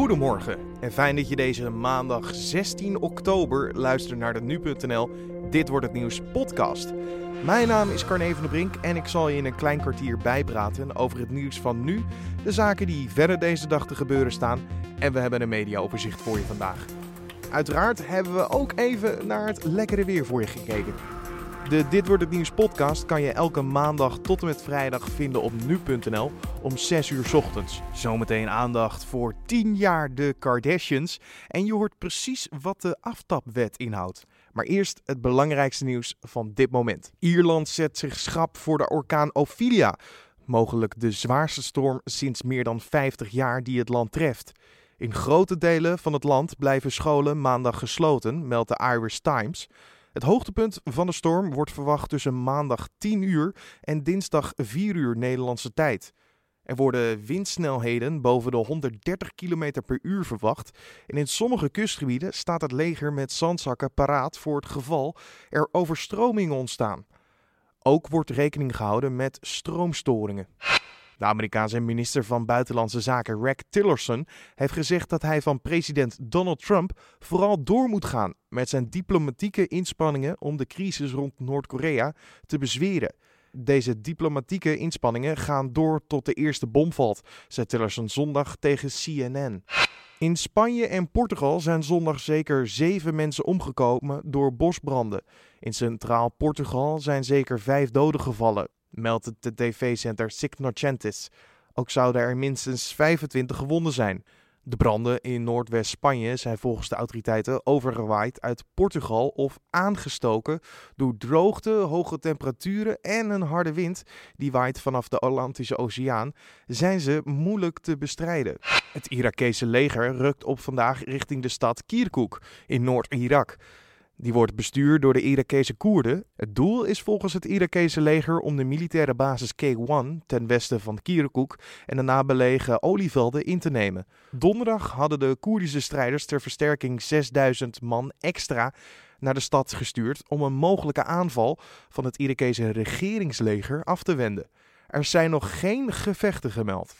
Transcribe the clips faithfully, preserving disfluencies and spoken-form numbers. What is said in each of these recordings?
Goedemorgen en fijn dat je deze maandag zestien oktober luistert naar de nu punt n l Dit wordt het nieuws podcast. Mijn naam is Carne van der Brink en ik zal je in een klein kwartier bijpraten over het nieuws van nu, de zaken die verder deze dag te gebeuren staan en we hebben een mediaoverzicht voor je vandaag. Uiteraard hebben we ook even naar het lekkere weer voor je gekeken. De Dit wordt het nieuws podcast kan je elke maandag tot en met vrijdag vinden op nu punt n l om zes uur 's ochtends. Zometeen aandacht voor tien jaar de Kardashians en je hoort precies wat de aftapwet inhoudt. Maar eerst het belangrijkste nieuws van dit moment. Ierland zet zich schrap voor de orkaan Ophelia. Mogelijk de zwaarste storm sinds meer dan vijftig jaar die het land treft. In grote delen van het land blijven scholen maandag gesloten, meldt de Irish Times. Het hoogtepunt van de storm wordt verwacht tussen maandag tien uur en dinsdag vier uur Nederlandse tijd. Er worden windsnelheden boven de honderddertig kilometer per uur verwacht en in sommige kustgebieden staat het leger met zandzakken paraat voor het geval er overstromingen ontstaan. Ook wordt rekening gehouden met stroomstoringen. De Amerikaanse minister van Buitenlandse Zaken Rex Tillerson heeft gezegd dat hij van president Donald Trump vooral door moet gaan met zijn diplomatieke inspanningen om de crisis rond Noord-Korea te bezweren. Deze diplomatieke inspanningen gaan door tot de eerste bom valt, zei Tillerson zondag tegen C N N. In Spanje en Portugal zijn zondag zeker zeven mensen omgekomen door bosbranden. In centraal Portugal zijn zeker vijf doden gevallen, meldt het tv-center Cinco Noticias. Ook zouden er minstens vijfentwintig gewonden zijn. De branden in Noordwest-Spanje zijn volgens de autoriteiten overgewaaid uit Portugal of aangestoken door droogte, hoge temperaturen en een harde wind die waait vanaf de Atlantische Oceaan, zijn ze moeilijk te bestrijden. Het Irakese leger rukt op vandaag richting de stad Kirkuk in Noord-Irak. Die wordt bestuurd door de Irakese Koerden. Het doel is volgens het Irakese leger om de militaire basis K één ten westen van Kirkuk en de nabelegen olievelden in te nemen. Donderdag hadden de Koerdische strijders ter versterking zesduizend man extra naar de stad gestuurd om een mogelijke aanval van het Irakese regeringsleger af te wenden. Er zijn nog geen gevechten gemeld.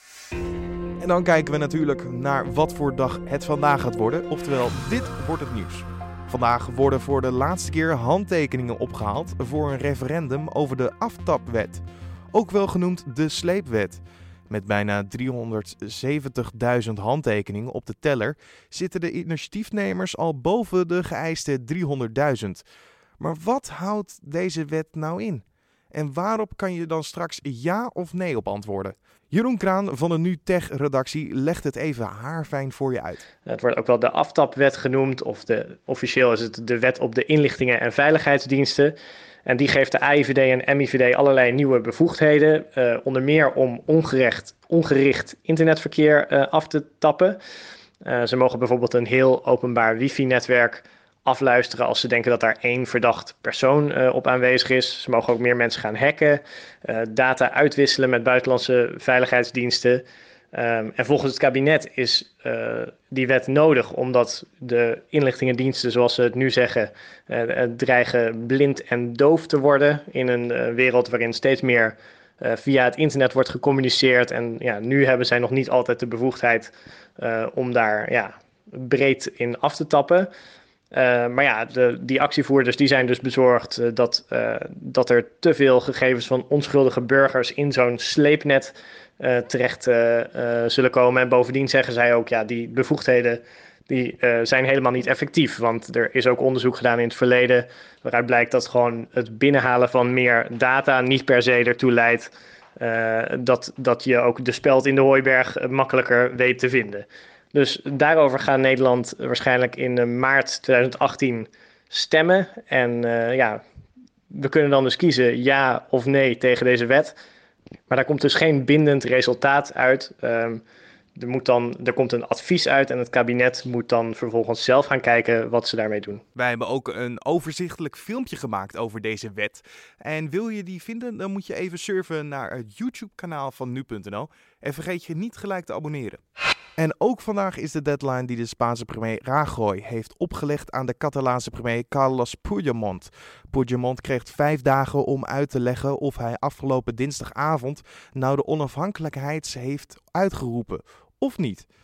En dan kijken we natuurlijk naar wat voor dag het vandaag gaat worden, oftewel dit wordt het nieuws. Vandaag worden voor de laatste keer handtekeningen opgehaald voor een referendum over de aftapwet, ook wel genoemd de sleepwet. Met bijna driehonderdzeventigduizend handtekeningen op de teller zitten de initiatiefnemers al boven de geëiste driehonderdduizend. Maar wat houdt deze wet nou in? En waarop kan je dan straks ja of nee op antwoorden? Jeroen Kraan van de NuTech-redactie legt het even haarfijn voor je uit. Het wordt ook wel de aftapwet genoemd, of de, officieel is het de wet op de inlichtingen en veiligheidsdiensten. En die geeft de A I V D en M I V D allerlei nieuwe bevoegdheden, uh, onder meer om ongerecht, ongericht internetverkeer uh, af te tappen. Uh, ze mogen bijvoorbeeld een heel openbaar wifi-netwerk afluisteren als ze denken dat daar één verdacht persoon uh, op aanwezig is. Ze mogen ook meer mensen gaan hacken, uh, data uitwisselen met buitenlandse veiligheidsdiensten. Um, en volgens het kabinet is uh, die wet nodig omdat de inlichtingendiensten, zoals ze het nu zeggen, uh, dreigen blind en doof te worden in een uh, wereld waarin steeds meer uh, via het internet wordt gecommuniceerd. En ja, nu hebben zij nog niet altijd de bevoegdheid uh, om daar ja, breed in af te tappen. Uh, maar ja, de, die actievoerders die zijn dus bezorgd uh, dat, uh, dat er te veel gegevens van onschuldige burgers in zo'n sleepnet uh, terecht uh, uh, zullen komen. En bovendien zeggen zij ook, ja, die bevoegdheden die, uh, zijn helemaal niet effectief. Want er is ook onderzoek gedaan in het verleden waaruit blijkt dat gewoon het binnenhalen van meer data niet per se ertoe leidt uh, dat, dat je ook de speld in de hooiberg makkelijker weet te vinden. Dus daarover gaat Nederland waarschijnlijk in maart tweeduizend achttien stemmen. En uh, ja, we kunnen dan dus kiezen ja of nee tegen deze wet. Maar daar komt dus geen bindend resultaat uit. Um, er, moet dan, er komt een advies uit en het kabinet moet dan vervolgens zelf gaan kijken wat ze daarmee doen. Wij hebben ook een overzichtelijk filmpje gemaakt over deze wet. En wil je die vinden, dan moet je even surfen naar het YouTube-kanaal van nu punt n l. En vergeet je niet gelijk te abonneren. En ook vandaag is de deadline die de Spaanse premier Rajoy heeft opgelegd aan de Catalaanse premier Carles Puigdemont. Puigdemont kreeg vijf dagen om uit te leggen of hij afgelopen dinsdagavond nou de onafhankelijkheid heeft uitgeroepen of niet.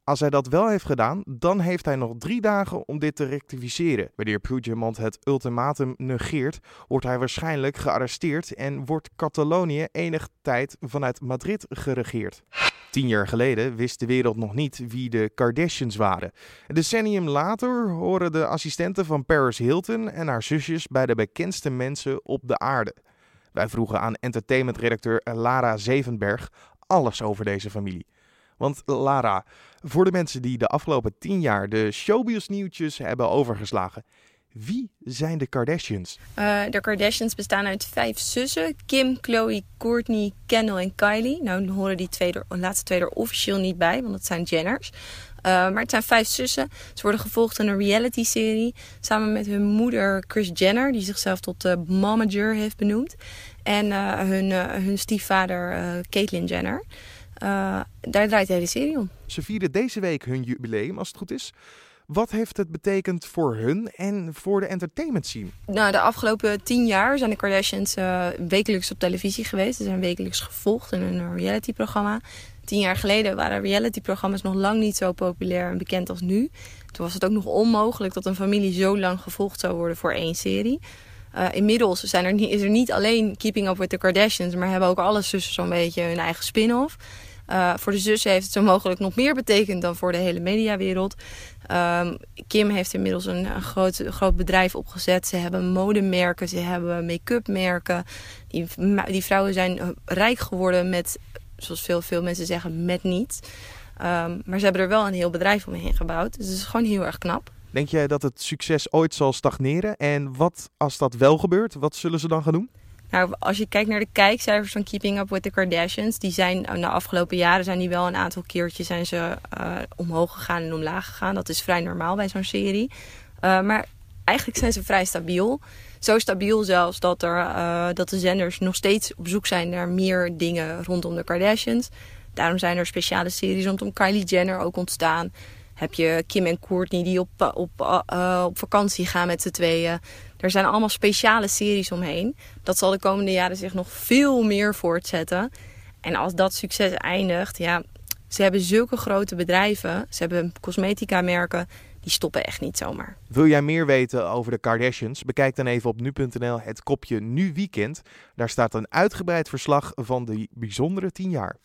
Als hij dat wel heeft gedaan, dan heeft hij nog drie dagen om dit te rectificeren. Wanneer Puigdemont het ultimatum negeert, wordt hij waarschijnlijk gearresteerd en wordt Catalonië enige tijd vanuit Madrid geregeerd. Tien jaar geleden wist de wereld nog niet wie de Kardashians waren. Een decennium later horen de assistenten van Paris Hilton en haar zusjes bij de bekendste mensen op de aarde. Wij vroegen aan entertainmentredacteur Lara Zevenberg alles over deze familie. Want Lara, voor de mensen die de afgelopen tien jaar de showbiz-nieuwtjes hebben overgeslagen, wie zijn de Kardashians? Uh, de Kardashians bestaan uit vijf zussen. Kim, Khloe, Kourtney, Kendall en Kylie. Nou, dan horen die twee er, de laatste twee er officieel niet bij, want het zijn Jenners. Uh, maar het zijn vijf zussen. Ze worden gevolgd in een reality-serie. Samen met hun moeder Kris Jenner, die zichzelf tot uh, momager heeft benoemd. En uh, hun, uh, hun stiefvader uh, Caitlyn Jenner. Uh, daar draait de hele serie om. Ze vieren deze week hun jubileum, als het goed is. Wat heeft het betekend voor hun en voor de entertainment scene? Nou, de afgelopen tien jaar zijn de Kardashians uh, wekelijks op televisie geweest. Ze zijn wekelijks gevolgd in een realityprogramma. Tien jaar geleden waren realityprogramma's nog lang niet zo populair en bekend als nu. Toen was het ook nog onmogelijk dat een familie zo lang gevolgd zou worden voor één serie. Uh, inmiddels zijn er niet, is er niet alleen Keeping Up with the Kardashians, maar hebben ook alle zussen zo'n beetje hun eigen spin-off. Uh, voor de zussen heeft het zo mogelijk nog meer betekend dan voor de hele mediawereld. Um, Kim heeft inmiddels een, een groot, groot bedrijf opgezet. Ze hebben modemerken, ze hebben make-up merken. Die, die vrouwen zijn rijk geworden met, zoals veel, veel mensen zeggen, met niets. Um, maar ze hebben er wel een heel bedrijf omheen gebouwd. Dus het is gewoon heel erg knap. Denk jij dat het succes ooit zal stagneren? En wat als dat wel gebeurt? Wat zullen ze dan gaan doen? Nou, als je kijkt naar de kijkcijfers van Keeping Up with the Kardashians, die zijn de afgelopen jaren zijn die wel een aantal keertjes zijn ze uh, omhoog gegaan en omlaag gegaan. Dat is vrij normaal bij zo'n serie. Uh, maar eigenlijk zijn ze vrij stabiel. Zo stabiel zelfs dat, er, uh, dat de zenders nog steeds op zoek zijn naar meer dingen rondom de Kardashians. Daarom zijn er speciale series rondom Kylie Jenner ook ontstaan. Heb je Kim en Kourtney die op, op, uh, op vakantie gaan met z'n tweeën. Er zijn allemaal speciale series omheen. Dat zal de komende jaren zich nog veel meer voortzetten. En als dat succes eindigt, ja, ze hebben zulke grote bedrijven. Ze hebben cosmetica merken, die stoppen echt niet zomaar. Wil jij meer weten over de Kardashians? Bekijk dan even op nu punt n l het kopje Nu Weekend. Daar staat een uitgebreid verslag van de bijzondere tien jaar.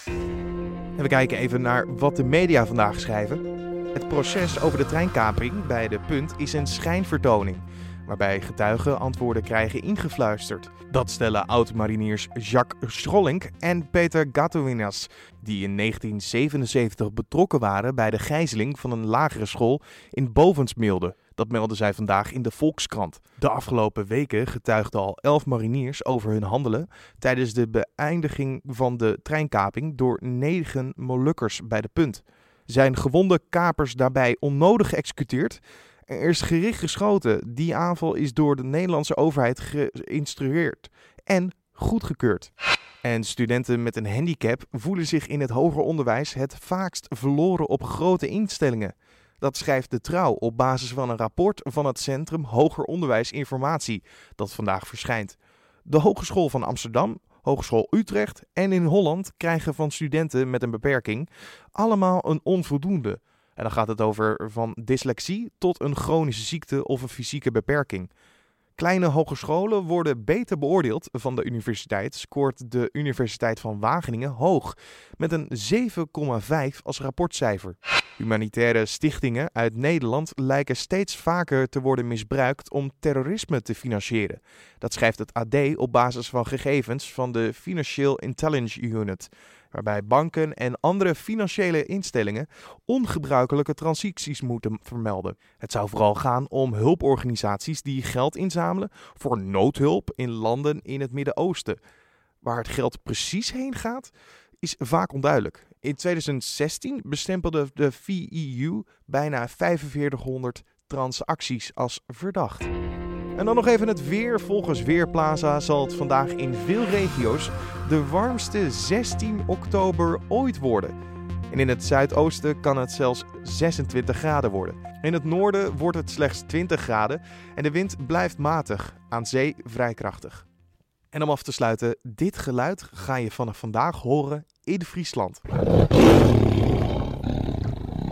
En we kijken even naar wat de media vandaag schrijven. Het proces over de treinkapering bij de Punt is een schijnvertoning, waarbij getuigen antwoorden krijgen ingefluisterd. Dat stellen oud-mariniers Jacques Schrolink en Peter Gatowinas, die in negentien zevenenzeventig betrokken waren bij de gijzeling van een lagere school in Bovensmilde. Dat melden zij vandaag in de Volkskrant. De afgelopen weken getuigden al elf mariniers over hun handelen tijdens de beëindiging van de treinkaping door negen Molukkers bij de Punt. Zijn gewonde kapers daarbij onnodig geëxecuteerd? Er is gericht geschoten. Die aanval is door de Nederlandse overheid geïnstrueerd en goedgekeurd. En studenten met een handicap voelen zich in het hoger onderwijs het vaakst verloren op grote instellingen. Dat schrijft De Trouw op basis van een rapport van het Centrum Hoger Onderwijs Informatie dat vandaag verschijnt. De Hogeschool van Amsterdam, Hogeschool Utrecht en in Holland krijgen van studenten met een beperking allemaal een onvoldoende. En dan gaat het over van dyslexie tot een chronische ziekte of een fysieke beperking. Kleine hogescholen worden beter beoordeeld van de universiteit, scoort de Universiteit van Wageningen hoog, met een zeven komma vijf als rapportcijfer. Humanitaire stichtingen uit Nederland lijken steeds vaker te worden misbruikt om terrorisme te financieren. Dat schrijft het A D op basis van gegevens van de Financial Intelligence Unit, waarbij banken en andere financiële instellingen ongebruikelijke transacties moeten vermelden. Het zou vooral gaan om hulporganisaties die geld inzamelen voor noodhulp in landen in het Midden-Oosten. Waar het geld precies heen gaat, is vaak onduidelijk. In tweeduizend zestien bestempelde de V E U bijna vijfenveertighonderd transacties als verdacht. En dan nog even het weer. Volgens Weerplaza zal het vandaag in veel regio's de warmste zestien oktober ooit worden. En in het zuidoosten kan het zelfs zesentwintig graden worden. In het noorden wordt het slechts twintig graden en de wind blijft matig, aan zee vrij krachtig. En om af te sluiten, dit geluid ga je vanaf vandaag horen in Friesland.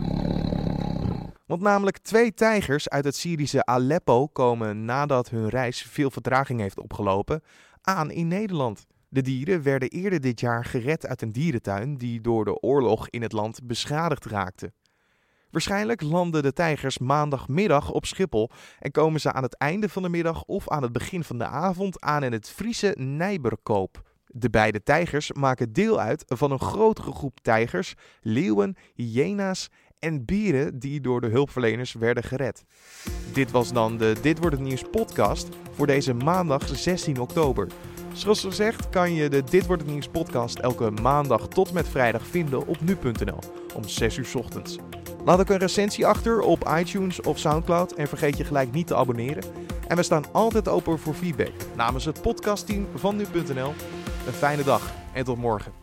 Want namelijk twee tijgers uit het Syrische Aleppo komen nadat hun reis veel vertraging heeft opgelopen aan in Nederland. De dieren werden eerder dit jaar gered uit een dierentuin die door de oorlog in het land beschadigd raakte. Waarschijnlijk landen de tijgers maandagmiddag op Schiphol en komen ze aan het einde van de middag of aan het begin van de avond aan in het Friese Nijberkoop. De beide tijgers maken deel uit van een grotere groep tijgers, leeuwen, hyena's en beren die door de hulpverleners werden gered. Dit was dan de Dit Wordt Het Nieuws podcast voor deze maandag zestien oktober. Zoals gezegd kan je de Dit Wordt Het Nieuws podcast elke maandag tot met vrijdag vinden op nu punt n l om zes uur 's ochtends. Laat ook een recensie achter op iTunes of Soundcloud en vergeet je gelijk niet te abonneren. En we staan altijd open voor feedback namens het podcastteam van nu punt n l. Een fijne dag en tot morgen.